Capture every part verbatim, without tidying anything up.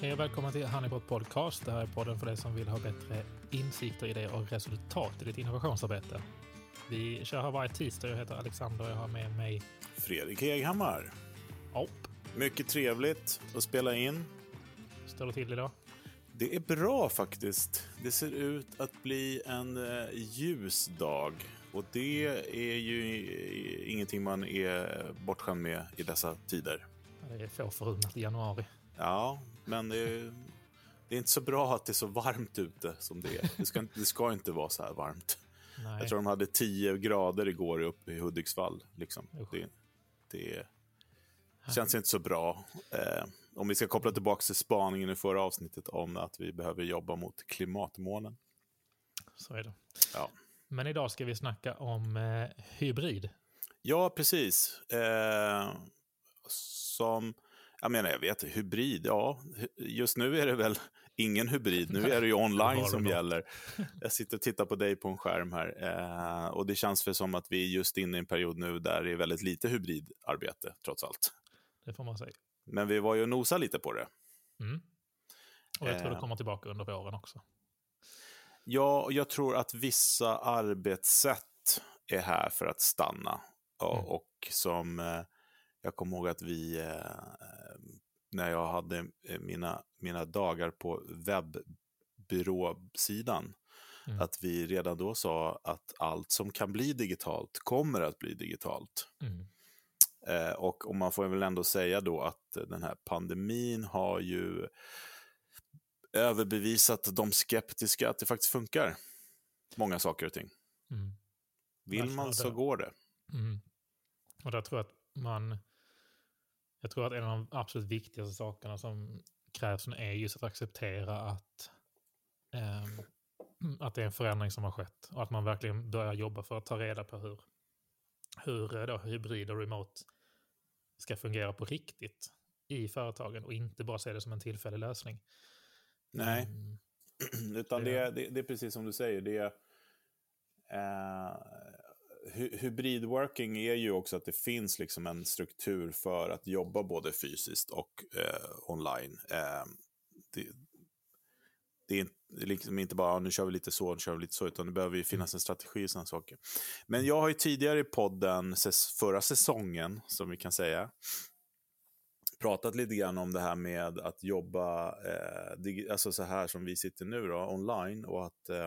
Hej och välkommen till Honeypot Podcast. Det här är podden för dig som vill ha bättre insikter, idéer och resultat i ditt innovationsarbete. Vi kör här varje tisdag. Jag heter Alexander och jag har med mig Fredrik Heghammar. Ja. Mycket trevligt att spela in. Står det till idag? Det är bra faktiskt. Det ser ut att bli en eh, ljus dag. Och det är ju ingenting man är bortskämd med i dessa tider. Det är få förunnat i januari. Ja, men det är, det är inte så bra att det är så varmt ute som det är. Det ska, det ska inte vara så här varmt. Nej. Jag tror de hade tio grader igår uppe i Hudiksvall. Liksom. Det, det känns inte så bra. Eh, om vi ska koppla tillbaka till spaningen i förra avsnittet om att vi behöver jobba mot klimatmålen. Så är det. Ja. Men idag ska vi snacka om eh, hybrid. Ja, precis. Eh, som... Jag menar, jag vet, hybrid, ja, just nu är det väl ingen hybrid, nu är det ju online som gäller. Jag sitter och tittar på dig på en skärm här eh, och det känns för som att vi är just inne i en period nu där det är väldigt lite hybridarbete, trots allt. Det får man säga. Men vi var ju och nosa lite på det. Mm. Och jag tror eh, det kommer tillbaka under våren också. Ja, jag tror att vissa arbetssätt är här för att stanna och, mm. och som... Eh, Jag kommer ihåg att vi, eh, när jag hade mina, mina dagar på webbyråsidan, mm. att vi redan då sa att allt som kan bli digitalt kommer att bli digitalt. Mm. Eh, och om man får väl ändå säga då att den här pandemin har ju överbevisat de skeptiska att det faktiskt funkar. Många saker och ting. Mm. Vill man så går det. Mm. Och där tror jag att man... Jag tror att en av de absolut viktigaste sakerna som krävs är just att acceptera att, eh, att det är en förändring som har skett. Och att man verkligen börjar jobba för att ta reda på hur, hur då, hybrid och remote ska fungera på riktigt i företagen. Och inte bara se det som en tillfällig lösning. Nej, um, utan det, det, det är precis som du säger. Det är... Uh... Hybridworking är ju också att det finns liksom en struktur för att jobba både fysiskt och eh, online. Eh, det, det är liksom inte bara, nu kör vi lite så, nu kör vi lite så, utan det behöver ju finnas en strategi och sådana saker. Men jag har ju tidigare i podden, förra säsongen, som vi kan säga, pratat lite grann om det här med att jobba, eh, dig, alltså så här som vi sitter nu då, online, och att eh,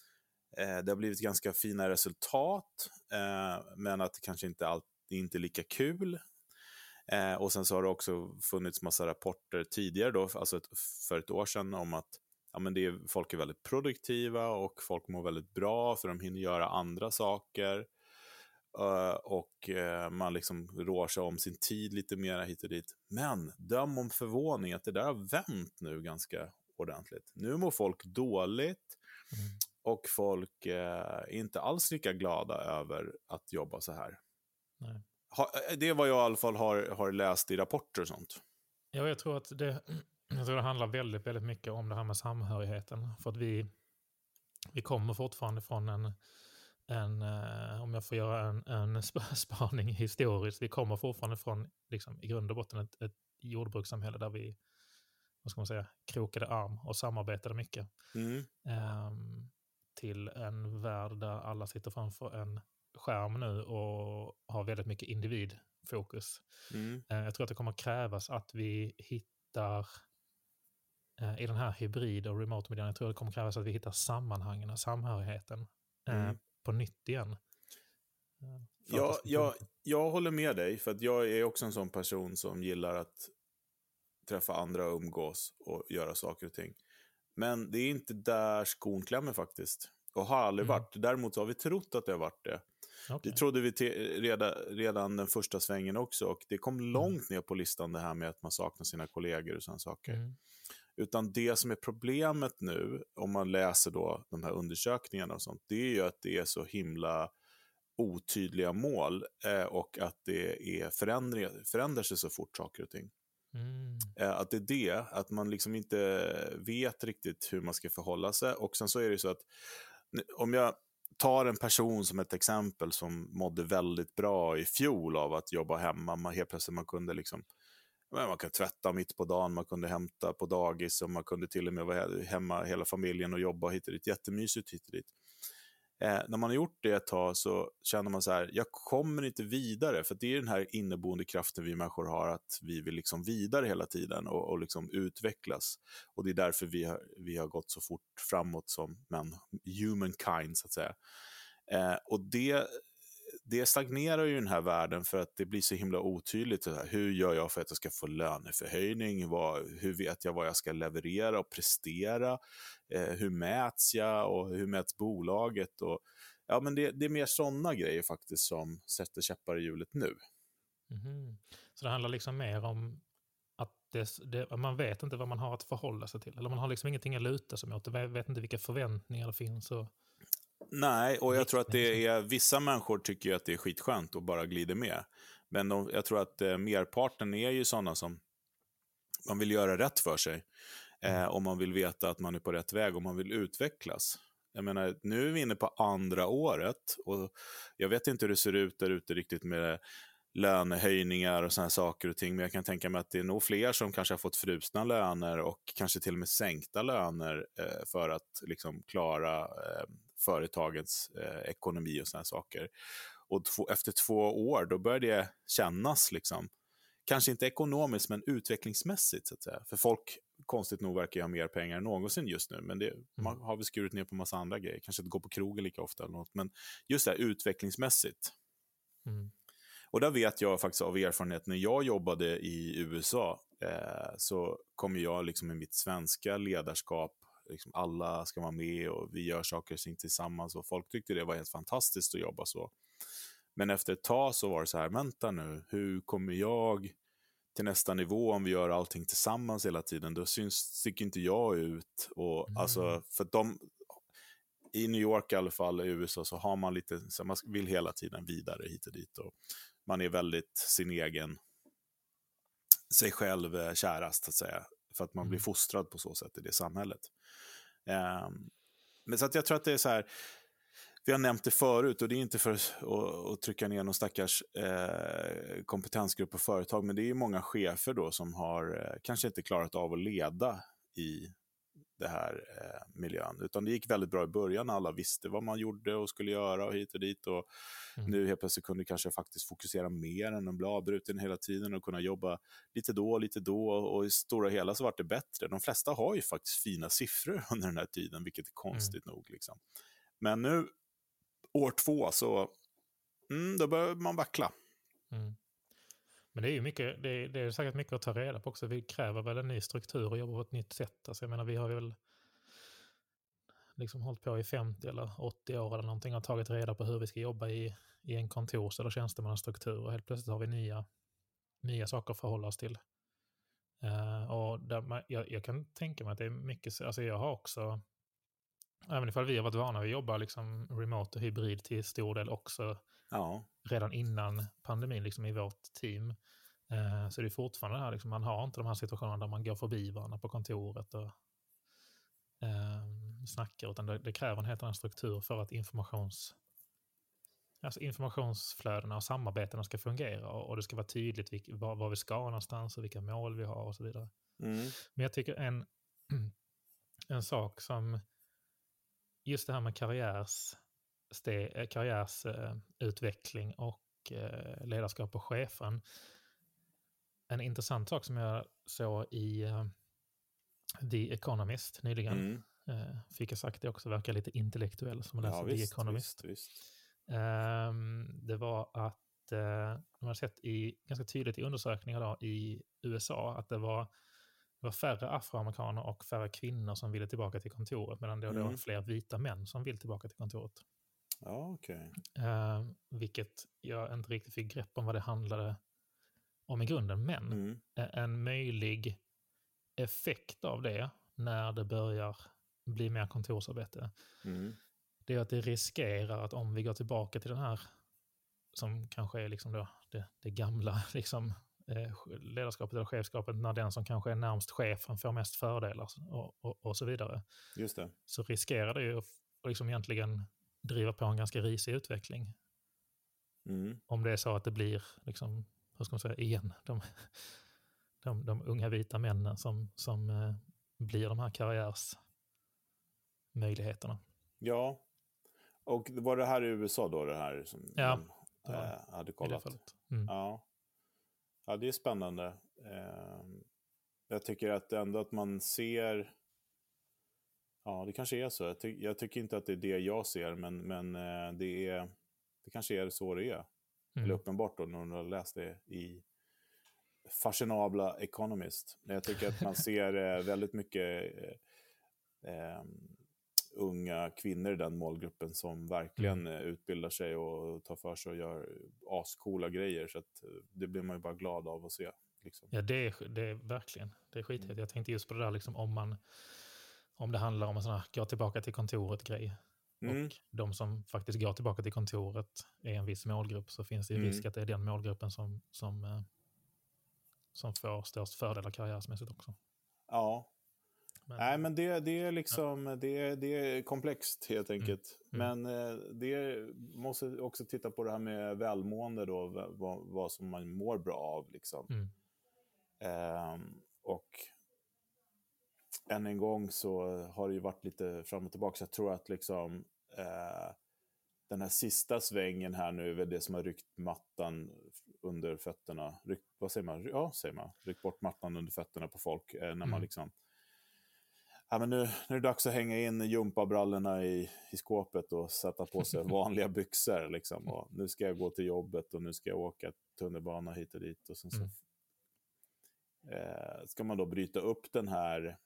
det har blivit ganska fina resultat, eh, men att det kanske inte alltid inte är lika kul. Eh, och sen så har det också funnits massa rapporter tidigare då, alltså ett, för ett år sedan, om att ja, men det är, folk är väldigt produktiva och folk mår väldigt bra för de hinner göra andra saker. Uh, och uh, man liksom rår sig om sin tid lite mer hit och dit. Men döm om förvåning att det där har vänt nu ganska ordentligt. Nu mår folk dåligt. Mm. Och folk eh, är inte alls lika glada över att jobba så här. Nej. Ha, det är vad jag i alla fall har, har läst i rapporter och sånt. Ja, jag tror att det, jag tror det handlar väldigt, väldigt mycket om det här med samhörigheten. För att vi, vi kommer fortfarande från en, en eh, om jag får göra en, en spaning historiskt, vi kommer fortfarande från liksom, i grund och botten ett, ett jordbrukssamhälle där vi, vad ska man säga, krokade arm och samarbetade mycket. Mm. Um, till en värld där alla sitter framför en skärm nu och har väldigt mycket individfokus. Mm. Uh, jag tror att det kommer krävas att vi hittar uh, i den här hybrid- och remote-miljön, jag tror att det kommer krävas att vi hittar sammanhangen och samhörigheten uh, mm. på nytt igen. Uh, ja, jag, jag håller med dig, för att jag är också en sån person som gillar att träffa andra och umgås och göra saker och ting. Men det är inte där skon klämmer faktiskt. Och har aldrig mm. varit. Däremot så har vi trott att det har varit det. Okay. Det trodde vi te- redan, redan den första svängen också. Och det kom långt ner på listan, det här med att man saknar sina kollegor och sådana saker. Mm. Utan det som är problemet nu, om man läser då de här undersökningarna och sånt, det är ju att det är så himla otydliga mål. Eh, och att det är förändring, förändrar sig så fort saker och ting. Mm. Att det är det, att man liksom inte vet riktigt hur man ska förhålla sig. Och sen så är det så att om jag tar en person som ett exempel som mådde väldigt bra i fjol av att jobba hemma, man helt plötsligt man kunde liksom man kan tvätta mitt på dagen, man kunde hämta på dagis och man kunde till och med vara hemma hela familjen och jobba hit och dit. Jättemysigt hit och dit. Eh, när man har gjort det ett tag så känner man så här, jag kommer inte vidare, för det är den här inneboende kraften vi människor har, att vi vill liksom vidare hela tiden och, och liksom utvecklas. Och det är därför vi har, vi har gått så fort framåt som men, humankind så att säga. Eh, och det, det stagnerar ju den här världen för att det blir så himla otydligt. Så här, hur gör jag för att jag ska få löneförhöjning? Vad, hur vet jag vad jag ska leverera och prestera? Eh, hur mäts jag och hur mäts bolaget? Och, ja, men det, det är mer sådana grejer faktiskt som sätter käppar i hjulet nu. Mm-hmm. Så det handlar liksom mer om att det, det, man vet inte vad man har att förhålla sig till. Eller man har liksom ingenting att luta sig mot. Man vet inte vilka förväntningar det finns. Och... Nej, och jag tror att det är, vissa människor tycker ju att det är skitskönt och bara glider med. Men de, jag tror att eh, merparten är ju sådana som man vill göra rätt för sig. Eh, och man vill veta att man är på rätt väg och man vill utvecklas. Jag menar, nu är vi inne på andra året och jag vet inte hur det ser ut där ute riktigt med lönehöjningar och sådana saker och ting, men jag kan tänka mig att det är nog fler som kanske har fått frusna löner och kanske till och med sänkta löner eh, för att liksom klara eh, företagens eh, ekonomi och sådana saker. Och två, efter två år då börjar det kännas liksom, kanske inte ekonomiskt men utvecklingsmässigt så att säga. För folk, konstigt nog, verkar ha mer pengar än någonsin just nu, men det, mm. man har väl skurit ner på massa andra grejer, kanske inte gå på krogen lika ofta eller något, men just det här utvecklingsmässigt. Mm. Och där vet jag faktiskt av erfarenhet, när jag jobbade i U S A eh, så kom jag liksom i mitt svenska ledarskap, liksom alla ska vara med och vi gör saker och ting tillsammans och folk tyckte det var helt fantastiskt att jobba så. Men efter ett tag så var det så här, vänta nu, hur kommer jag till nästa nivå om vi gör allting tillsammans hela tiden? Då syns, sticker inte jag ut. Och, mm. alltså, för de, i New York i alla fall, i U S A, så har man lite, så man vill hela tiden vidare hit och dit. Och man är väldigt sin egen, sig själv kärast, att säga. För att man mm. blir fostrad på så sätt i det samhället. Um, men så att jag tror att det är så här, vi har nämnt det förut och det är inte för att, att trycka ner någon stackars eh, kompetensgrupp på företag, men det är ju många chefer då som har eh, kanske inte klarat av att leda i det här eh, miljön, utan det gick väldigt bra i början, alla visste vad man gjorde och skulle göra och hit och dit, och mm. nu helt plötsligt kunde kanske faktiskt fokusera mer än en bli avbruten hela tiden och kunna jobba lite då, lite då, och i stora hela så var det bättre. De flesta har ju faktiskt fina siffror under den här tiden, vilket är konstigt mm. nog liksom. Men nu år två så mm, då börjar man vackla. Mm. Men det är ju mycket, det är, det är säkert mycket att ta reda på också. Vi kräver väl en ny struktur och jobba på ett nytt sätt. Alltså jag menar, vi har väl liksom hållit på i femtio eller åttio år eller någonting och tagit reda på hur vi ska jobba i, i en kontors- eller tjänstemannastruktur, och helt plötsligt har vi nya, nya saker att förhålla oss till. Uh, och där man, jag, jag kan tänka mig att det är mycket, alltså jag har också, även ifall vi har varit vana att jobba liksom remote och hybrid till stor del också, ja. redan innan pandemin liksom i vårt team, eh, så det är fortfarande här, liksom, man har inte de här situationerna där man går förbi varandra på kontoret och eh, snackar, utan det, det kräver en helt annan struktur för att informations, alltså informationsflödena och samarbetena ska fungera, och, och det ska vara tydligt vilk, var, var vi ska någonstans och vilka mål vi har och så vidare. Mm. Men jag tycker en, en sak som just det här med karriärs, ste, karriärsutveckling uh, och uh, ledarskap på chefen. En intressant sak som jag såg i uh, The Economist nyligen, mm. uh, fick jag sagt det också, verkar lite intellektuell som läser ja, The visst, Economist. Visst, visst. Um, det var att uh, de har sett i, ganska tydligt i undersökningar då, i U S A att det var Det var färre afroamerikaner och färre kvinnor som ville tillbaka till kontoret, medan det var mm. fler vita män som vill tillbaka till kontoret. Ja, okej. Okay. Uh, vilket jag inte riktigt fick grepp om vad det handlade om i grunden, men mm. en möjlig effekt av det när det börjar bli mer kontorsarbete, mm. det är att det riskerar att om vi går tillbaka till den här som kanske är liksom då det, det gamla liksom ledarskapet eller chefskapet, när den som kanske är närmast chefen får mest fördelar och, och, och så vidare. Just det. Så riskerar det ju att liksom egentligen driva på en ganska risig utveckling. Mm. Om det är så att det blir liksom, hur ska man säga, igen, de, de, de unga vita männen som, som eh, blir de här karriärsmöjligheterna. Ja, och var det här i U S A då, det här som Ja, de det var det. eh, hade I det kollat? fallet. Mm. Ja. Ja, det är spännande. Eh, jag tycker att ändå att man ser... Ja, det kanske är så. Jag, ty- jag tycker inte att det är det jag ser, men, men eh, det, är, det kanske är så det är. Mm. Eller uppenbart då, när man har läst det i fashionabla Economist. Men jag tycker att man ser eh, väldigt mycket eh, eh, unga kvinnor i den målgruppen som verkligen mm. utbildar sig och tar för sig och gör ascoola grejer. Så att det blir man ju bara glad av att se. Liksom. Ja, det är, det är verkligen. Det är skithäftigt. Mm. Jag tänkte just på det där, liksom, om, man, om det handlar om en sån här gå tillbaka till kontoret-grej. Mm. Och de som faktiskt går tillbaka till kontoret är en viss målgrupp, så finns det ju mm. risk att det är den målgruppen som, som, som får störst fördelar karriärsmässigt också. Ja. Men, Nej, men det, det är liksom ja. det, det är komplext helt enkelt. Mm. Mm. Men eh, det måste också titta på det här med välmående då, vad, vad som man mår bra av liksom. Mm. Eh, och än en gång så har det ju varit lite fram och tillbaka. Så jag tror att liksom eh, den här sista svängen här nu är det som har ryckt mattan under fötterna. Ryck, vad säger man? Ja, säger man. Ryckt bort mattan under fötterna på folk. Eh, när mm. man liksom... Ja, men nu, nu är det dags att hänga in jumpabrallorna i, i skåpet och sätta på sig vanliga byxor. Liksom. Och nu ska jag gå till jobbet och nu ska jag åka tunnelbana hit och dit. Och sen så, mm. eh, ska man då bryta upp den här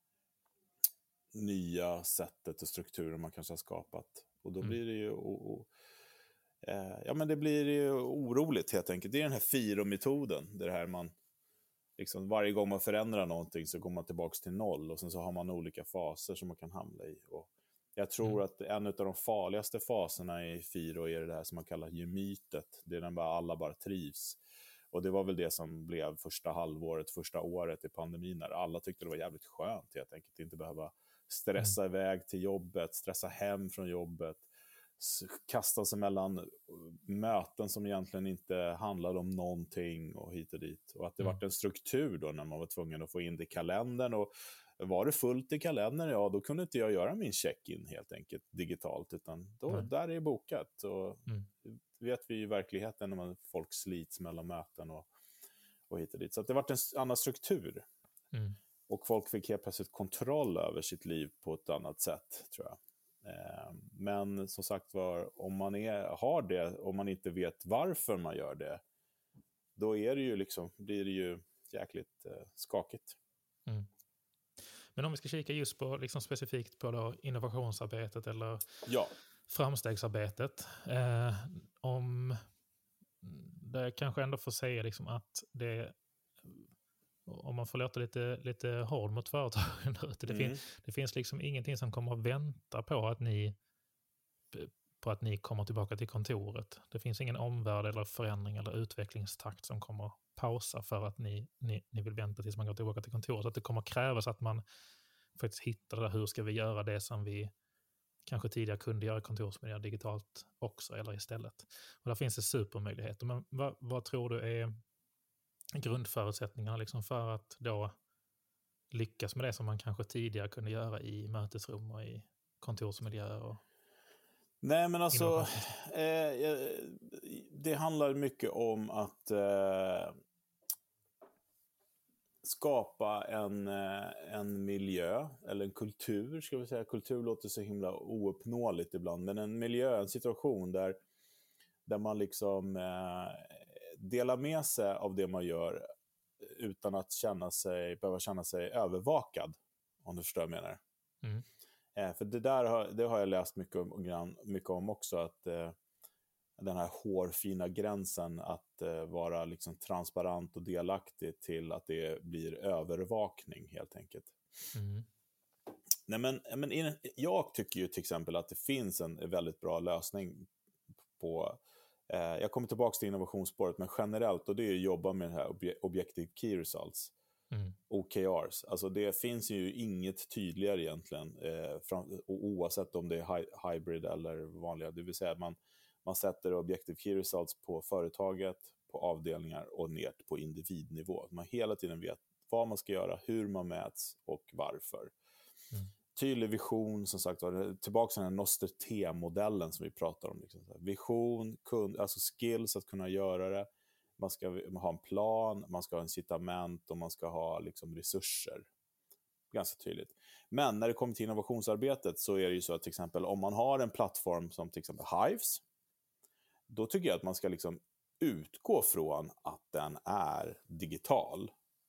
nya sättet och strukturen man kanske har skapat. Och då mm. blir det ju o, o, eh, ja, men det blir ju oroligt helt enkelt. Det är den här FIRO-metoden. Det här man liksom, varje gång man förändrar någonting så går man tillbaka till noll. Och sen så har man olika faser som man kan hamna i. Och jag tror mm. att en av de farligaste faserna i FIRO är det här som man kallar gemytet. Det är när bara alla bara trivs. Och det var väl det som blev första halvåret, första året i pandemin, när alla tyckte det var jävligt skönt helt enkelt. Inte behöva stressa mm. iväg till jobbet, stressa hem från jobbet, kasta sig mellan möten som egentligen inte handlade om någonting och hit och dit. Och att det mm. var en struktur då när man var tvungen att få in det i kalendern. Och var det fullt i kalendern, ja då kunde inte jag göra min check-in helt enkelt digitalt, utan då, mm. där är det bokat. Och mm. vet vi i verkligheten när man, folk slits mellan möten och, och hit och dit. Så att det var en annan struktur. Mm. Och folk fick helt plötsligt kontroll över sitt liv på ett annat sätt, tror jag. Eh, men som sagt var, om man är, har det, om man inte vet varför man gör det, då är det ju liksom, blir det ju jäkligt eh, skakigt. Mm. Men om vi ska kika just på, liksom specifikt på då innovationsarbetet eller ja. framstegsarbetet. Eh, om det kanske ändå får säga liksom att det, om man får låta lite, lite hård mot företagen, det, mm. fin, det finns liksom ingenting som kommer att vänta på att ni på att ni kommer tillbaka till kontoret. Det finns ingen omvärld eller förändring eller utvecklingstakt som kommer pausa för att ni, ni, ni vill vänta tills man går tillbaka till kontoret. Så att det kommer krävas att man faktiskt hittar det där, hur ska vi göra det som vi kanske tidigare kunde göra kontorsmiljö digitalt också eller istället. Och där finns det supermöjligheter. Men vad, vad tror du är grundförutsättningarna liksom för att då lyckas med det som man kanske tidigare kunde göra i mötesrum och i kontorsmiljöer? Och Nej, men alltså eh, det handlar mycket om att eh, skapa en, en miljö eller en kultur, ska vi säga. Kultur låter så himla ouppnåeligt ibland, men en miljö, en situation där, där man liksom eh, delar med sig av det man gör utan att känna sig, behöva känna sig övervakad, om du förstår vad jag menar. Mm. Eh, för det där har, det har jag läst mycket om, mycket om också, att eh, den här hårfina gränsen att eh, vara liksom transparent och delaktig till att det blir övervakning helt enkelt. Mm. Nej, men, men in, jag tycker ju till exempel att det finns en väldigt bra lösning på, eh, jag kommer tillbaka till innovationsspåret, men generellt, och det är att jobba med det här obje- Objective Key Results. Mm. O K Rs. Alltså det finns ju inget tydligare egentligen, eh, fram, oavsett om det är hy- hybrid eller vanliga. Det vill säga att man, Man sätter Objective Key Results på företaget, på avdelningar och ner på individnivå. Man hela tiden vet vad man ska göra, hur man mäts och varför. Mm. Tydlig vision, som sagt, tillbaka till den här Noster T-modellen som vi pratar om. Liksom. Vision, kund, alltså skills att kunna göra det. Man ska ha en plan, man ska ha incitament och man ska ha liksom resurser. Ganska tydligt. Men när det kommer till innovationsarbetet så är det ju så att till exempel om man har en plattform som till exempel Hives, då tycker jag att man ska liksom utgå från att den är digital.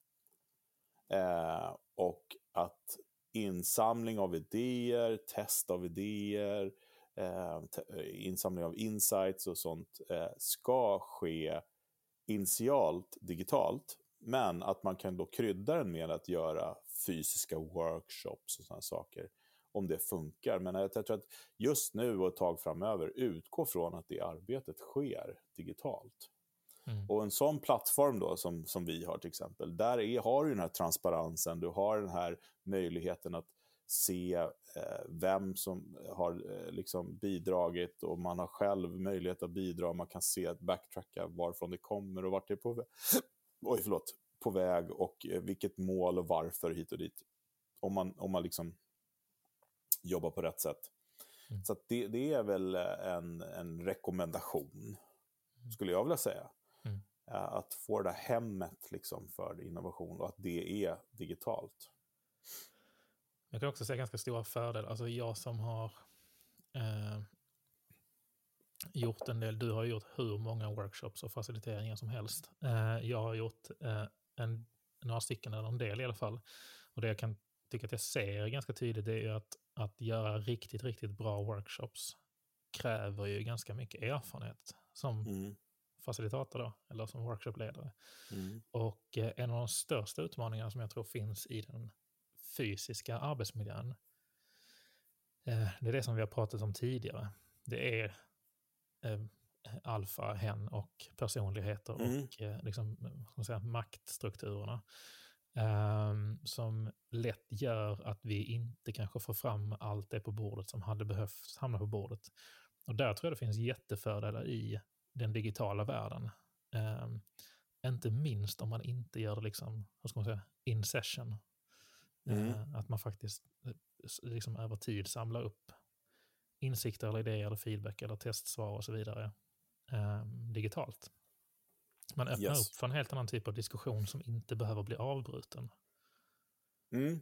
Eh, och att insamling av idéer, test av idéer, eh, t- insamling av insights och sånt eh, ska ske initialt digitalt, men att man kan då krydda den med att göra fysiska workshops och sådana saker om det funkar. Men jag tror att just nu och ett tag framöver utgå från att det arbetet sker digitalt. Mm. Och en sån plattform då som, som vi har till exempel, där är, har du den här transparensen, du har den här möjligheten att se eh, vem som har eh, liksom bidragit, och man har själv möjlighet att bidra, man kan se, backtracka varifrån det kommer och vart det är på, vä- Oj, förlåt, på väg och eh, vilket mål och varför hit och dit. Om man, om man liksom jobbar på rätt sätt. Mm. Så att det, det är väl en, en rekommendation, skulle jag vilja säga. Mm. Att få det hemmet liksom för innovation och att det är digitalt. Jag kan också säga ganska stora fördelar. Alltså jag som har eh, gjort en del, du har gjort hur många workshops och faciliteringar som helst. Eh, jag har gjort eh, en, några stycken, eller en del i alla fall. Och det jag kan tycka att jag ser ganska tydligt är ju att, att göra riktigt, riktigt bra workshops kräver ju ganska mycket erfarenhet som mm. facilitator då, eller som workshopledare. Mm. Och eh, en av de största utmaningarna som jag tror finns i den fysiska arbetsmiljön, eh, det är det som vi har pratat om tidigare. Det är eh, alfa, hen och personligheter mm. och eh, liksom, vad ska man säga, maktstrukturerna eh, som lätt gör att vi inte kanske får fram allt det på bordet som hade behövt hamna på bordet. Och där tror jag det finns jättefördelar i den digitala världen. Eh, inte minst om man inte gör det liksom, vad ska man säga, in session. Mm. Eh, att man faktiskt liksom över tid samlar upp insikter eller idéer eller feedback eller testsvar och så vidare eh, digitalt. Man öppnar yes. upp för en helt annan typ av diskussion som inte behöver bli avbruten. Mm.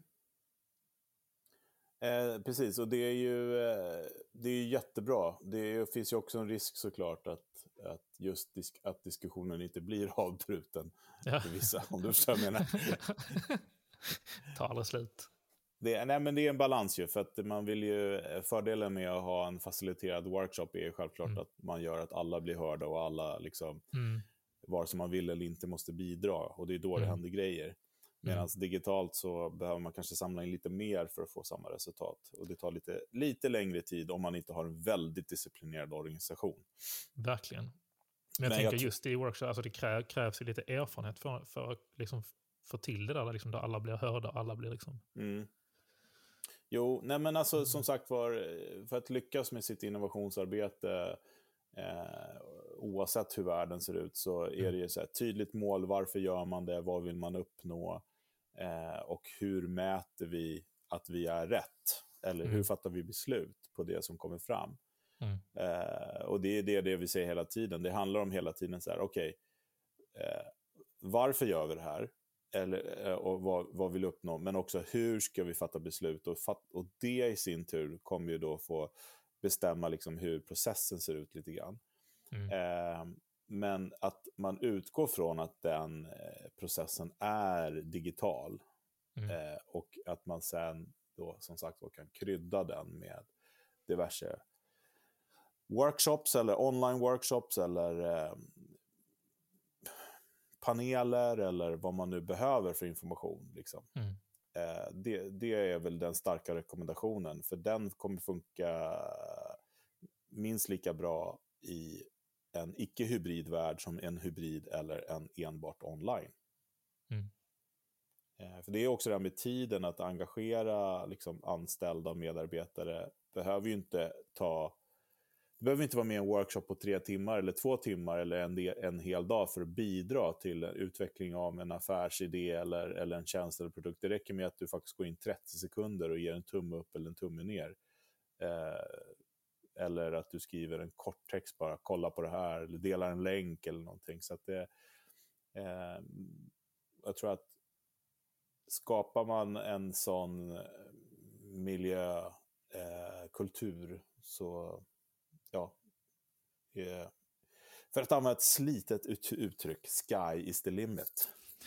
Eh, precis, och det är ju eh, det är jättebra. Det är, finns ju också en risk såklart att, att just disk, att diskussionen inte blir avbruten ja. För vissa, om du förstår vad jag menar. Ta aldrig slut. Det, nej, men det är en balans ju, för att man vill ju, fördelen med att ha en faciliterad workshop är självklart mm. att man gör att alla blir hörda och alla liksom, mm. vare sig man vill eller inte måste bidra, och det är då mm. det händer grejer. Medan mm. digitalt så behöver man kanske samla in lite mer för att få samma resultat, och det tar lite, lite längre tid om man inte har en väldigt disciplinerad organisation. Verkligen. Men jag men tänker jag... just i workshop, alltså det krä, krävs lite erfarenhet för, för att liksom få till det där, liksom, där alla blir hörda, alla blir liksom... Mm. Jo, nej men alltså mm. som sagt var, för att lyckas med sitt innovationsarbete eh, oavsett hur världen ser ut, så är mm. det ju så här, tydligt mål, varför gör man det, vad vill man uppnå eh, och hur mäter vi att vi är rätt, eller mm. hur fattar vi beslut på det som kommer fram. Mm. Eh, och det är det, det vi säger hela tiden, det handlar om hela tiden så här, okej, okay, eh, varför gör vi det här? Eller, och vad, vad vill uppnå, men också hur ska vi fatta beslut, och, fat, och det i sin tur kommer ju då få bestämma liksom hur processen ser ut lite grann. Mm. Eh, men att man utgår från att den eh, processen är digital mm. eh, och att man sen då som sagt kan krydda den med diverse workshops eller online workshops eller eh, paneler eller vad man nu behöver för information. Liksom. Mm. Eh, det, det är väl den starka rekommendationen, för den kommer funka minst lika bra i en icke-hybrid värld som en hybrid eller en enbart online. Mm. Eh, för det är också det här med tiden, att engagera liksom, anställda och medarbetare behöver ju inte ta du behöver inte vara med i en workshop på tre timmar eller två timmar eller en, del, en hel dag för att bidra till utveckling av en affärsidé eller, eller en tjänst eller produkt. Det räcker med att du faktiskt går in trettio sekunder och ger en tumme upp eller en tumme ner. Eh, eller att du skriver en kort text bara, kolla på det här, eller delar en länk eller någonting. Så att det, eh, jag tror att skapar man en sån miljö, eh, kultur, så ja, eh, för att använda ett slitet ut- uttryck, sky is the limit.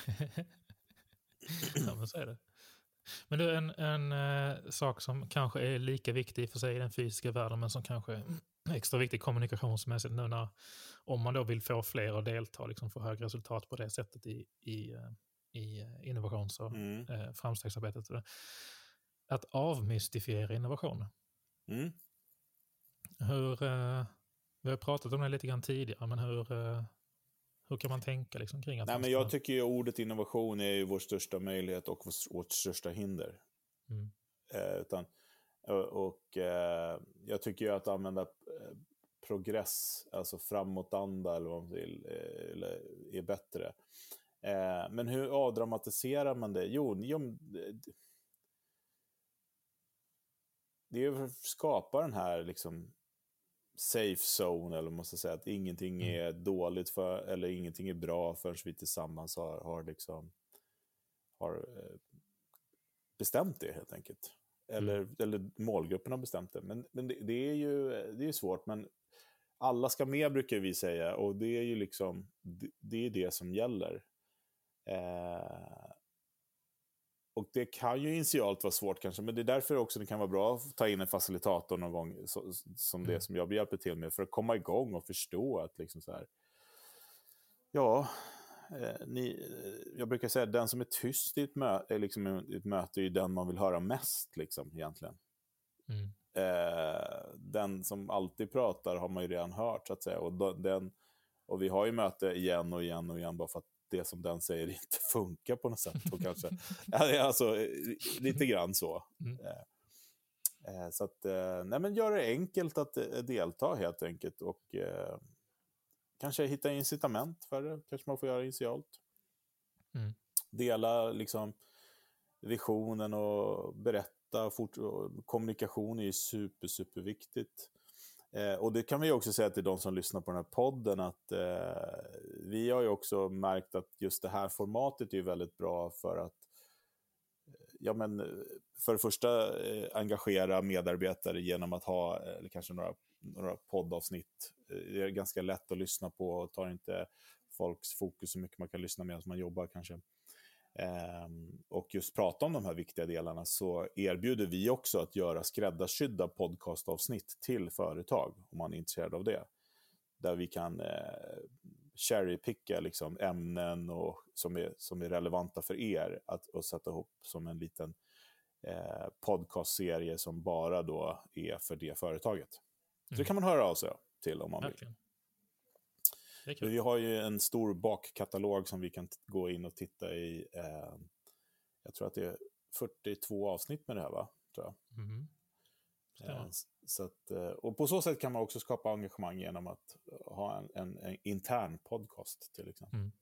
Ja, men så är det. Men det är en, en eh, sak som kanske är lika viktig för sig i den fysiska världen, men som kanske är extra viktig kommunikationsmässigt nu när, om man då vill få fler att delta, liksom få högre resultat på det sättet i, i, eh, i innovations- och Mm. eh, framstegsarbetet. Att avmystifiera innovation. Mm. Hur, eh, vi har pratat om det lite grann tidigare, men hur, eh, hur kan man tänka liksom kring att... Nej, man men ska... jag tycker ju ordet innovation är ju vår största möjlighet och vårt största hinder. Mm. Eh, utan, och och eh, jag tycker ju att använda eh, progress, alltså framåtanda eller vad man vill, eh, eller, är bättre. Eh, men hur avdramatiserar man det? Jo, jo det, det är för att skapa den här liksom safe zone, eller måste säga att ingenting Mm. är dåligt för, eller ingenting är bra förrän vi tillsammans har, har liksom har eh, bestämt det helt enkelt. Eller, mm. eller målgruppen har bestämt det. Men, men det, det är ju det är svårt, men alla ska med, brukar vi säga, och det är ju liksom det, det är det som gäller. Eh, och det kan ju initialt vara svårt kanske, men det är därför också det kan vara bra att ta in en facilitator någon gång, så, som mm. det som jag hjälper till med, för att komma igång och förstå att liksom så här, ja, eh, ni, jag brukar säga att den som är tyst i ett, mö, är liksom ett möte är ju den man vill höra mest liksom, egentligen. Mm. Eh, den som alltid pratar har man ju redan hört, så att säga, och, då, den, och vi har ju möte igen och igen och igen bara för att det som den säger inte funkar på något sätt. Och kanske, alltså, lite grann så. Mm. Eh, så att, eh, nej, men gör det enkelt att eh, delta helt enkelt. Och eh, kanske hitta incitament för det. Kanske man får göra initialt. Mm. Dela liksom visionen och berätta. Fort, och kommunikation är ju super, super viktigt. Eh, och det kan vi också säga till de som lyssnar på den här podden, att eh, vi har ju också märkt att just det här formatet är väldigt bra för att ja, men, för det första eh, engagera medarbetare genom att ha eh, kanske några, några poddavsnitt. Eh, det är ganska lätt att lyssna på och tar inte folks fokus så mycket man kan lyssna medan man jobbar kanske. Um, och just prata om de här viktiga delarna, så erbjuder vi också att göra skräddarsydda podcastavsnitt till företag om man är intresserad av det, där vi kan eh, cherrypicka liksom ämnen och, som, är, som är relevanta för er att, och sätta ihop som en liten eh, podcastserie som bara då är för det företaget. Så mm. det kan man höra av sig till om man vill. Vi har ju en stor bakkatalog som vi kan t- gå in och titta i. Eh, jag tror att det är fyrtiotvå avsnitt med det här, va? Tror jag. Mm. Eh, så att, och på så sätt kan man också skapa engagemang genom att ha en, en, en intern podcast till exempel. Mm.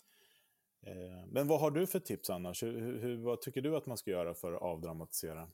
Eh, men vad har du för tips annars? Hur, hur, vad tycker du att man ska göra för att avdramatisera?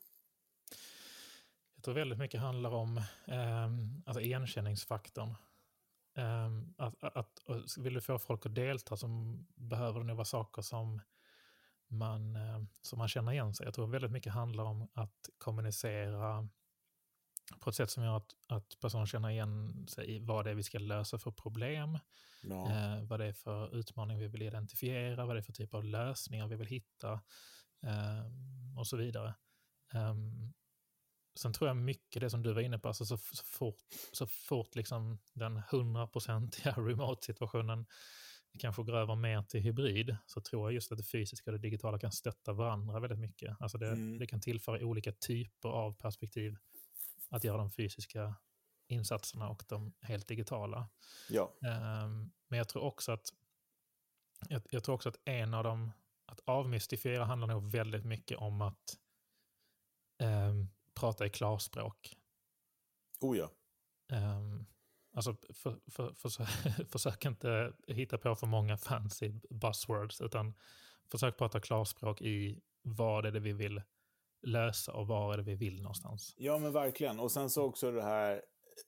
Jag tror väldigt mycket handlar om eh, alltså igenkänningsfaktorn. Um, att, att, att, vill du få folk att delta, så behöver det nog vara saker som man, uh, som man känner igen sig. Jag tror väldigt mycket handlar om att kommunicera på ett sätt som gör att, att personer känner igen sig i vad det är vi ska lösa för problem, ja. uh, vad det är för utmaning vi vill identifiera, vad det är för typ av lösningar vi vill hitta uh, och så vidare. Um, Sen tror jag mycket det som du var inne på, alltså så, så fort, så fort liksom den hundraprocentiga remote-situationen kanske går över mer till hybrid, så tror jag just att det fysiska och det digitala kan stötta varandra väldigt mycket. Alltså det, mm. det kan tillföra olika typer av perspektiv att göra de fysiska insatserna och de helt digitala. Ja. Um, men jag tror också att jag, jag tror också att en av dem, att avmystifiera, handlar nog väldigt mycket om att um, prata i klarspråk. Oh ja. Um, alltså för, för, för, försök inte hitta på för många fancy buzzwords, utan försök prata klarspråk i vad är det vi vill lösa och vad är det vi vill någonstans. Ja, men verkligen. Och sen så också det här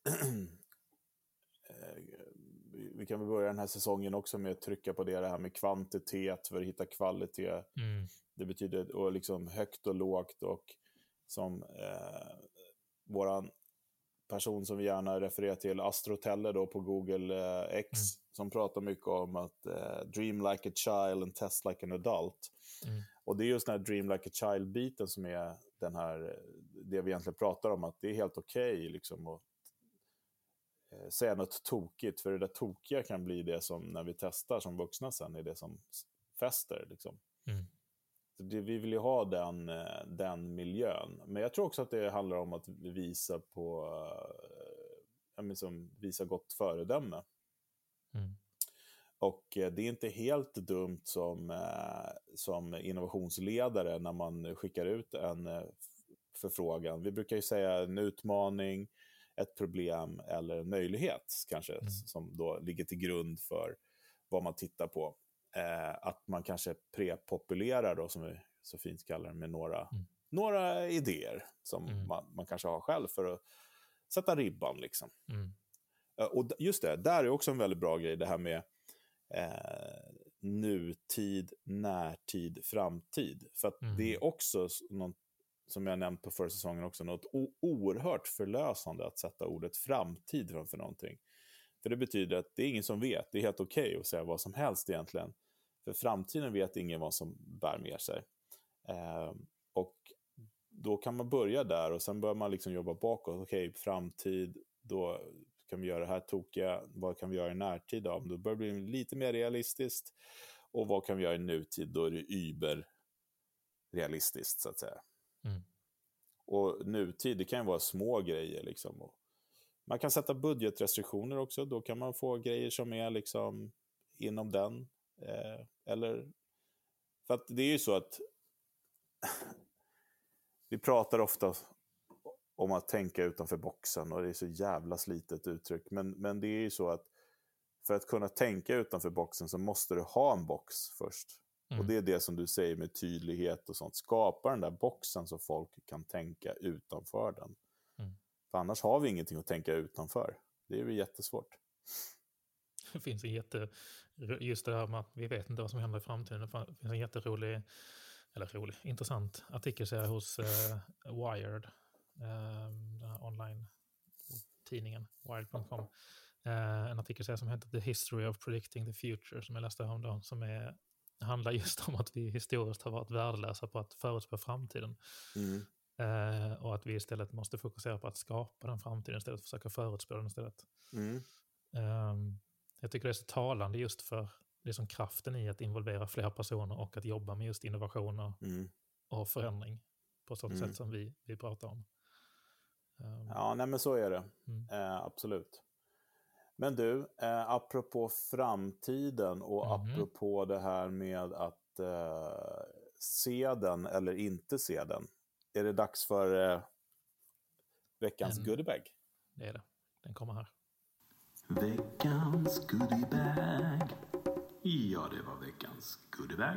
vi kan väl börja den här säsongen också med att trycka på det, det här med kvantitet för att hitta kvalitet. Mm. Det betyder och liksom högt och lågt, och som eh, våran person som vi gärna refererar till, Astrotelle då på Google eh, X, mm. som pratar mycket om att eh, dream like a child and test like an adult. Mm. Och det är just den här dream like a child-biten som är den här, det vi egentligen pratar om, att det är helt okej okay, liksom att eh, säga något tokigt, för det där tokiga kan bli det som när vi testar som vuxna sen är det som fäster liksom. Mm. Så det, vi vill ju ha den, den miljön. Men jag tror också att det handlar om att visa på äh, liksom, visa gott föredöme. Mm. Och äh, det är inte helt dumt som, äh, som innovationsledare när man skickar ut en äh, förfrågan. Vi brukar ju säga en utmaning, ett problem eller en möjlighet kanske, mm. som då ligger till grund för vad man tittar på. Eh, att man kanske prepopulerar då, som vi så fint kallar det, med några, mm. några idéer som mm. man, man kanske har själv för att sätta ribban liksom. Mm. Eh, och just det, där är också en väldigt bra grej, det här med eh, nutid, närtid, framtid. För att mm. det är också något, som jag nämnt på förra säsongen också, något o- oerhört förlösande att sätta ordet framtid framför någonting. För det betyder att det är ingen som vet. Det är helt okej okay att säga vad som helst egentligen. För framtiden vet ingen vad som bär med sig. Eh, och då kan man börja där och sen börjar man liksom jobba bakåt. Okej, okay, framtid, då kan vi göra det här tokiga. Vad kan vi göra i närtid då? Då börjar det bli lite mer realistiskt. Och vad kan vi göra i nutid? Då är det über realistiskt så att säga. Mm. Och nutid, det kan ju vara små grejer liksom. Och man kan sätta budgetrestriktioner också. Då kan man få grejer som är liksom inom den. Eh, eller för att det är ju så att vi pratar ofta om att tänka utanför boxen, och det är så jävla slitet uttryck. Men, men det är ju så att för att kunna tänka utanför boxen så måste du ha en box först. Mm. Och det är det som du säger med tydlighet och sånt. Skapa den där boxen så folk kan tänka utanför den. Mm. För annars har vi ingenting att tänka utanför. Det är ju jättesvårt. Det finns en jätte... Just det här med att vi vet inte vad som händer i framtiden. Det finns en jätterolig, eller rolig, intressant artikelserie hos uh, Wired. Uh, den här online-tidningen, wired punkt com. Uh, en artikelserie som heter The History of Predicting the Future, som jag läste om då, som är, handlar just om att vi historiskt har varit värdelösa på att förutspå framtiden. Mm. Uh, och att vi istället måste fokusera på att skapa den framtiden istället för att försöka förutspå den istället. Mm. Um, jag tycker det är så talande just för det som kraften i att involvera fler personer och att jobba med just innovationer mm. och förändring på sådant mm. sätt som vi, vi pratar om. Um, ja, nej men så är det. Mm. Eh, absolut. Men du, eh, apropå framtiden och mm. apropå det här med att eh, se den eller inte se den. Är det dags för eh, veckans en, goodiebag? Det är det. Den kommer här. Veckans goodiebag. Ja, det var veckans goodiebag.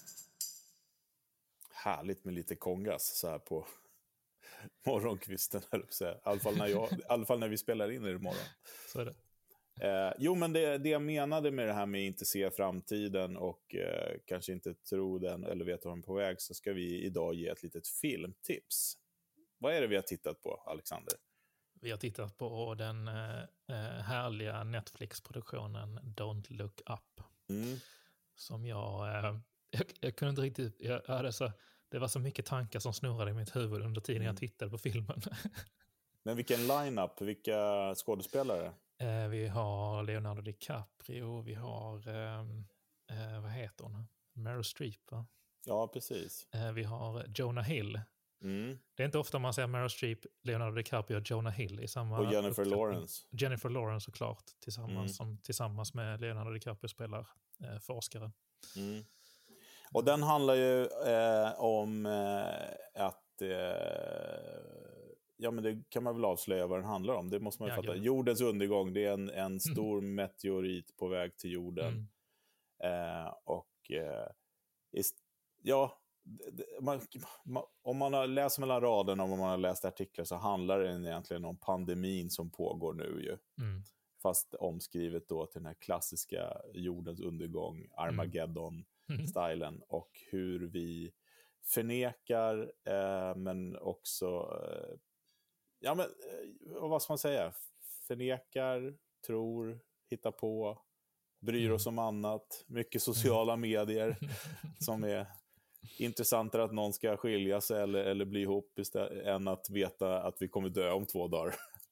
Härligt med lite kongas så här på morgonkvisten. I alla fall när, jag, i alla fall när vi spelar in i morgon. Så är det. Eh, jo, men det, det jag menade med det här med inte se framtiden och eh, kanske inte tro den eller veta vad den är på väg, så ska vi idag ge ett litet filmtips. Vad är det vi har tittat på, Alexander? Vi har tittat på den eh, härliga Netflix-produktionen Don't Look Up. Mm. Som jag, eh, jag... Jag kunde inte riktigt... Jag hade så, det var så mycket tankar som snurrade i mitt huvud under tiden mm. jag tittade på filmen. Men vilken line-up? Vilka skådespelare? Eh, vi har Leonardo DiCaprio. Vi har... Eh, eh, vad heter hon? Meryl Streep, va? Ja, precis. Eh, vi har Jonah Hill. Mm. Det är inte ofta man säger Meryl Streep, Leonardo DiCaprio och Jonah Hill i samma... Och Jennifer Lawrence. Jennifer Lawrence såklart, tillsammans, mm. som tillsammans med Leonardo DiCaprio spelar eh, forskare. Mm. Och den handlar ju eh, om eh, att eh, ja, men det kan man väl avslöja vad den handlar om. Det måste man ju Ja, fatta. gud. Jordens undergång, det är en, en stor meteorit på väg till jorden. Mm. Eh, och eh, ist, ja, det, man, man, om man har läst mellan raderna, om man har läst artiklar, så handlar det egentligen om pandemin som pågår nu ju. Mm. Fast omskrivet då till den här klassiska jordens undergång, Armageddon-stilen, mm. och hur vi förnekar, eh, men också, eh, ja men, eh, vad ska man säga, förnekar, tror, hittar på, bryr mm. oss om annat, mycket sociala mm. medier som är intressantare att någon ska skilja sig eller, eller bli ihop istället, än att veta att vi kommer dö om två dagar.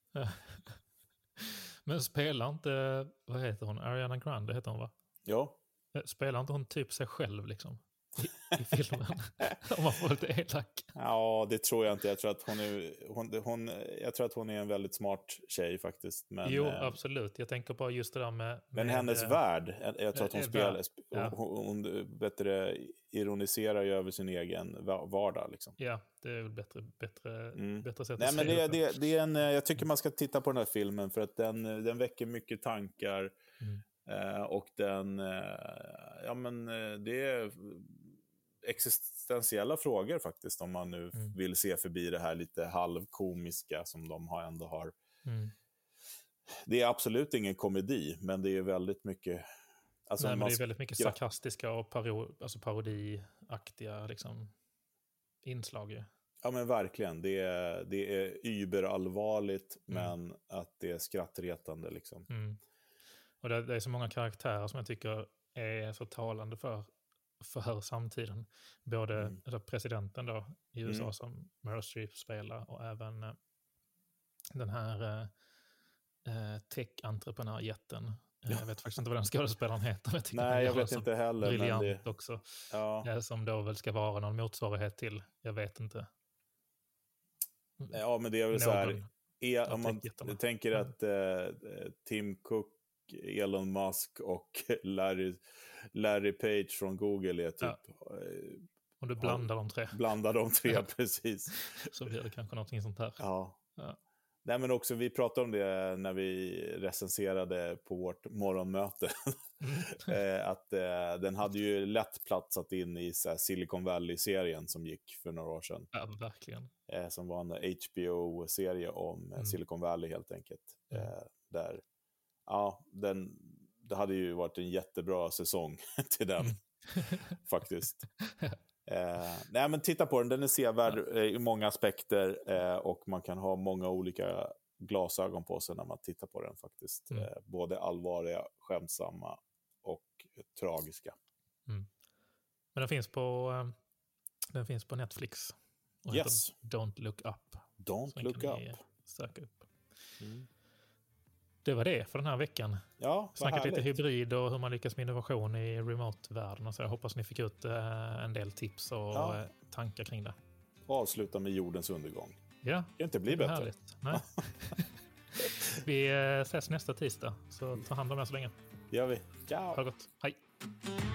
Men spelar inte, vad heter hon, Ariana Grande heter hon va? Ja. Spelar inte hon typ sig själv liksom i, i filmen? Om man får lite elak. Ja, det tror jag inte. Jag tror att hon är, hon, hon, jag tror att hon är en väldigt smart tjej faktiskt. Men, jo, eh, absolut. Jag tänker bara just det där med... Men med hennes äh, värld, jag tror att hon spelar, ja. hon, hon bättre ironiserar ju över sin egen vardag liksom. Ja, det är väl bättre, bättre, mm. bättre sätt Nej, att men se det, det. det, det är en, jag tycker man ska titta på den här filmen för att den, den väcker mycket tankar. Mm. Eh, och den, eh, ja men det är existentiella frågor faktiskt, om man nu mm. vill se förbi det här lite halvkomiska som de har ändå har. Mm. Det är absolut ingen komedi, men det är väldigt mycket... Alltså, Nej, men man det är väldigt mycket sarkastiska och paro, alltså parodiaktiga liksom, inslag. Ju. Ja, men verkligen. Det är, det är überallvarligt, mm. men att det är skrattretande. Liksom. Mm. Och det, det är så många karaktärer som jag tycker är så talande för, för samtiden. Både mm. alltså presidenten då, i U S A mm. som Meryl Streep spelar, och även eh, den här eh, tech-entreprenörjätten. Ja. Jag vet faktiskt inte vad den skådespelaren heter. Jag Nej, jag vet inte heller. Briljant men det... också. Ja. Som då väl ska vara någon motsvarighet till, jag vet inte. Ja, men det är väl någon, så här, är, om man jag tänker mm. att eh, Tim Cook, Elon Musk och Larry, Larry Page från Google är typ... Ja. Eh, om du blandar de tre. Blandar de tre, precis. Så blir det kanske någonting sånt här. Ja. Ja. Nej, men också, vi pratade om det när vi recenserade på vårt morgonmöte. Mm. att eh, den hade ju lätt platsat in i så här, Silicon Valley-serien som gick för några år sedan. Ja, verkligen. Eh, som var en H B O-serie om mm. Silicon Valley helt enkelt. Mm. Eh, där, ja, den, det hade ju varit en jättebra säsong till den, mm. faktiskt. Eh, nej, men titta på den, den är sevärd ja. i många aspekter eh, och man kan ha många olika glasögon på sig när man tittar på den faktiskt. Mm. Eh, både allvarliga, skämtsamma och eh, tragiska. Mm. Men den finns på uh, den finns på Netflix och yes. heter Don't Look Up. Don't Look Up. Söka upp. Mm. Det var det för den här veckan. Ja, snackat lite hybrid och hur man lyckas med innovation i remote-världen. Så jag hoppas ni fick ut uh, en del tips och ja. uh, tankar kring det. Och avsluta med jordens undergång. Ja, det kan inte bli bättre. Härligt. Nej. Vi uh, ses nästa tisdag, så ta hand om er så länge. Det gör vi. Ciao. Ha det gott. Hej.